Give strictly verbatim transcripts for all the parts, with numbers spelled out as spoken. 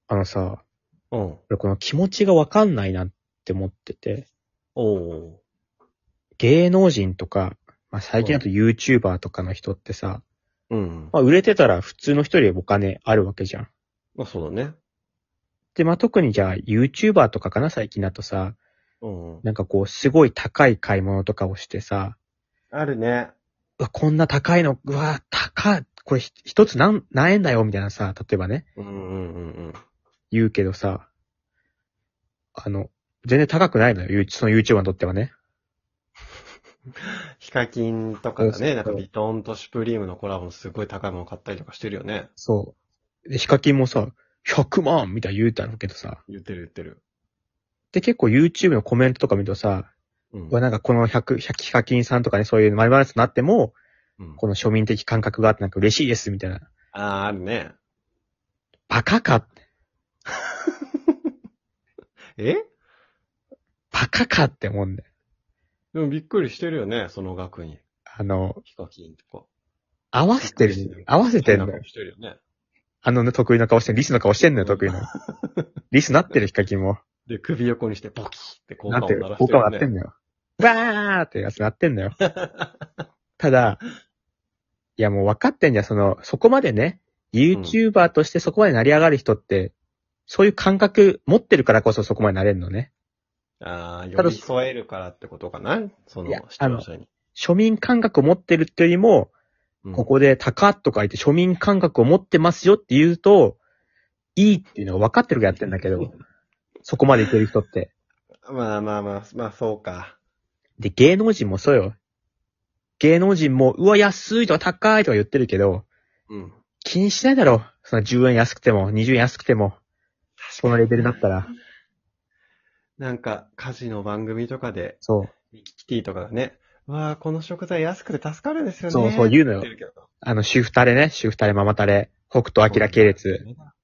あのさ、 うん。 俺この気持ちがわかんないなって思ってて、 おお。 芸能人とか、まあ、最近だと YouTuber とかの人ってさ、 うん。 まあ、売れてたら普通の人よりお金あるわけじゃん。 まあそうだね。 で、まあ、特にじゃあ YouTuber とかかな最近だとさ、 うんうん。 なんかこうすごい高い買い物とかをしてさ、 あるね。 うわ、こんな高いの、うわ、高い、これひ一つ何、何円だよみたいなさ、例えばね、 うんうんうんうん。 言うけどさ、あの、全然高くないのよ、ユーその YouTuber にとってはね。 ヒカキンとかそうがね、なんかそう。 ビトンとシュプリームのコラボのすごい高いもの買ったりとかしてるよね。 そう。で、ヒカキンもさ、ひゃくまんみたいな言うたんだけどさ、 言ってる言ってる。 で、結構 YouTube のコメントとか見るとさ、 うん。 うわなんかこのひゃく、ひゃくヒカキンさんとかね、そういうマイバランスになっても、 うん。 この庶民的感覚があってなんか嬉しいですみたいな。 ああ、あるね。 バカか、 えバカかって思うんだよ。 でもびっくりしてるよね、その額に。 あの、 ヒカキンとか。 合わびっせてる、 くりしてる。 合わせてんのよ。 変な顔してるよね。 あのね、得意な顔してん、リスの顔してんのよ、 うん。 得意の。リスなってるヒカキンも。 で、首横にしてポキって効なってる。 果音鳴らし効果てるよね。 もなってんのよ。バーってやつなってんのよ。ただ、いやもう分かってんじゃん、その、そこまでね、 うん。 YouTuber としてそこまで成り上がる人って、そういう感覚持ってるからこそそこまでなれるのね。 ああ、寄ただ、 り添えるからってことかなそいや、 の視あの、 聴者に。 庶民感覚を持ってるってよりも、 うん。 ここで高とか言って庶民感覚を持ってますよって言うと、いいっていうのが分かってるからやってんだけど、そこまでいける人って。 まあまあまあ、まあそうか。 で、芸能人もそうよ。芸能人も、うわ、安いとか高いとか言ってるけど、 うん。 気にしないだろ。そのじゅうえん安くても、にじゅうえん安くても、そのレベルだったら。 なんか、家事の番組とかで、 そう。 ミキティとかがね、うわあ、この食材安くて助かるんですよそうそうねって言うのよ。 言ってるけど。 あの、主婦タレね、主婦タレママタレ、北斗そん晶系なわけ列。 ねえだ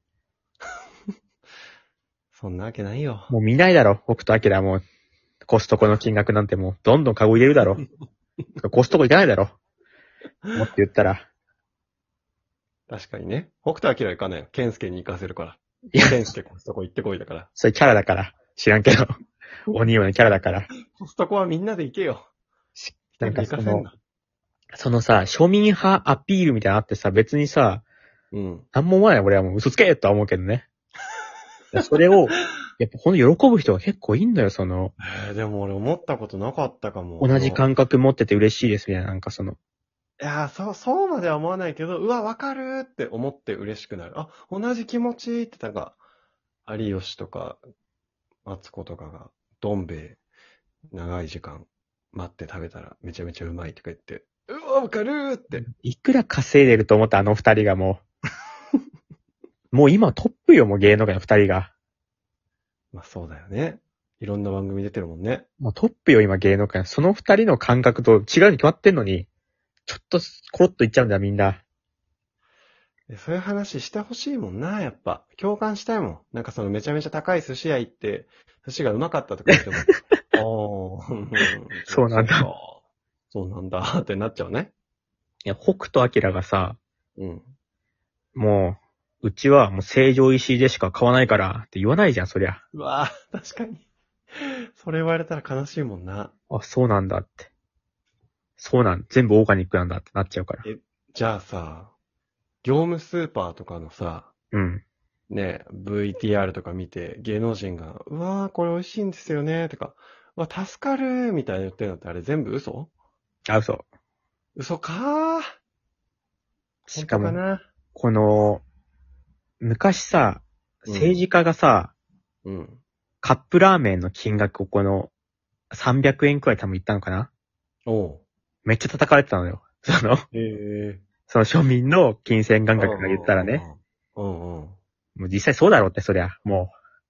そんなわけないよ。 もう見ないだろ、北斗晶もう、コストコの金額なんてもう、どんどんカゴ入れるだろ。コストコ行かないだろ。もっと言ったら。 確かにね。北斗晶行かないよ。健介に行かせるから。 いや、 健介コストコ行ってこいだから。 それキャラだから。知らんけど。鬼はね、キャラだから。 コストコはみんなで行けよ。一なん人でかその、 行かせんな。 そのさ、庶民派アピールみたいなのあってさ、別にさ、 うん。 なんも思わない。俺はもう嘘つけとは思うけどね。それを、やっぱほんと喜ぶ人が結構いんのよ、その、 えー、でも俺思ったことなかったかも。 同じあの、 感覚持ってて嬉しいですみたいな、なんかその、 いやー、そう、そうまでは思わないけど、うわ、わかるーって思って嬉しくなる。あ、同じ気持ちってなんか、有吉とか、マツコとかが、どん兵衛、長い時間、待って食べたらめちゃめちゃうまいとか言って、うわ、わかるーって。 いくら稼いでると思ったあの二人がもう、もう今トップよ、もう芸能界の二人が。 まあそうだよね。いろんな番組出てるもんね。 もうトップよ、今芸能界の。その二人の感覚と違うに決まってんのに、ちょっとコロッといっちゃうんだよ、みんな。 でそういう話してほしいもんな、やっぱ。共感したいもん。なんかそのめちゃめちゃ高い寿司屋行って、寿司がうまかったとか言っても、ああ、うん、 そうなんだ。 そうか。そうなんだってなっちゃうね。 いや、北斗晶がさ、 うん。 もう、うちはもう成城石井でしか買わないからって言わないじゃん、そりゃ。 うわぁ、確かに。それ言われたら悲しいもんな。 あ、そうなんだって。そうなん、全部オーガニックなんだってなっちゃうから。 え、じゃあさ、業務スーパーとかのさ、 うん。 ね、ブイティーアール とか見て、芸能人が、うわぁ、これ美味しいんですよね、とか、うわ、助かるみたいな言ってるのってあれ全部嘘あ、嘘。 嘘かー本しかも、 当かなこの、昔さ、政治うん。 家がさ、 うん。 カップラーメンの金額をこの、さんびゃくえんくらい多分言ったのかな。 おう。 めっちゃ叩かれてたのよ。その、 へえ。 その庶民の金銭感うん覚が言ったらね。 うんうん。うんうん。わもう実際そうだろうって、そりゃ。も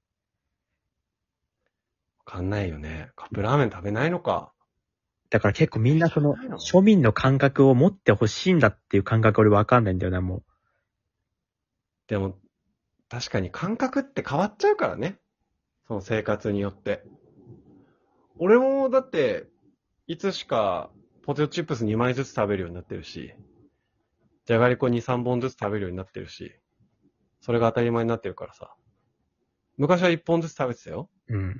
かんないよね。カップラーメン食べないのか。 う。だから結構みんなその、 知らないの庶民の感覚を持ってほしいんだっていう感覚俺わかんないんだよな、もう。 でも、確かに感覚って変わっちゃうからね。その生活によって。俺も、だって、いつしか、ポテトチップスにまいずつ食べるようになってるし、じゃがりこに、さんぼんずつ食べるようになってるし、それが当たり前になってるからさ。 昔は一本ずつ食べてたよ。 うん。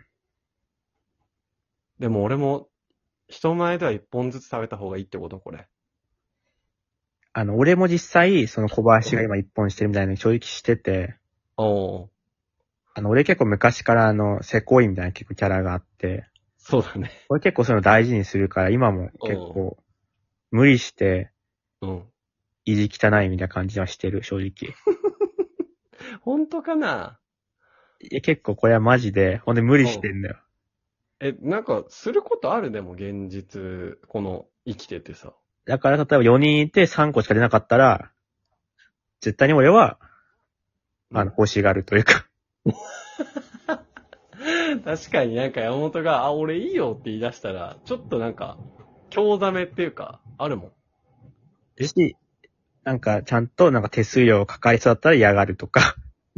でも俺も、人前では一本ずつ食べた方がいいってことこれ。 あの、俺も実際、その小林が今一本してるみたいなの正直してて、 おー。 あの、俺結構昔からあの、せこいみたいな結構キャラがあって、 そうだね。 俺結構そういうの大事にするから、今も結構、無理して、 うん。 意地汚いみたいな感じはしてる、正直。 本当かないや、結構これはマジで、ほんで無理してんだよ。 え、なんか、することあるでも、現実、この、生きててさ。 だから例えばよにんいてさんこしか出なかったら、絶対に俺は、あの、欲しがるというか。 確かになんか山本が、あ、俺いいよって言い出したら、ちょっとなんか、興ざめっていうか、あるもん。 し、なんか、ちゃんとなんか手数料かかりそうだったら嫌がるとか。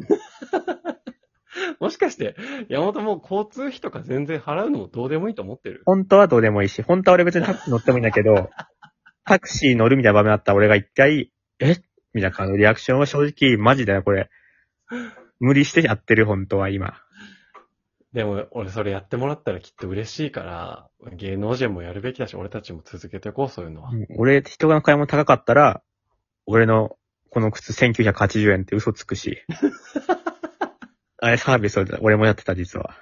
もしかして、山本も交通費とか全然払うのもどうでもいいと思ってる？ 本当はどうでもいいし、本当は俺別にタクシー乗ってもいいんだけど、タクシー乗るみたいな場面あったら俺が一回、えみたいな感じのリアクションは正直、マジだよ、これ。無理してやってる、本当は今。 でも、俺それやってもらったらきっと嬉しいから、芸能人もやるべきだし、俺たちも続けていこう、そういうのは。 うん俺、人が買い物高かったら、俺のこの靴せんきゅうひゃくはちじゅうえんって嘘つくし。あれサービスを俺もやってた、実は。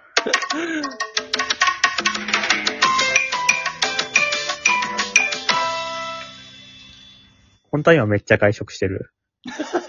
本当は今めっちゃ外食してる。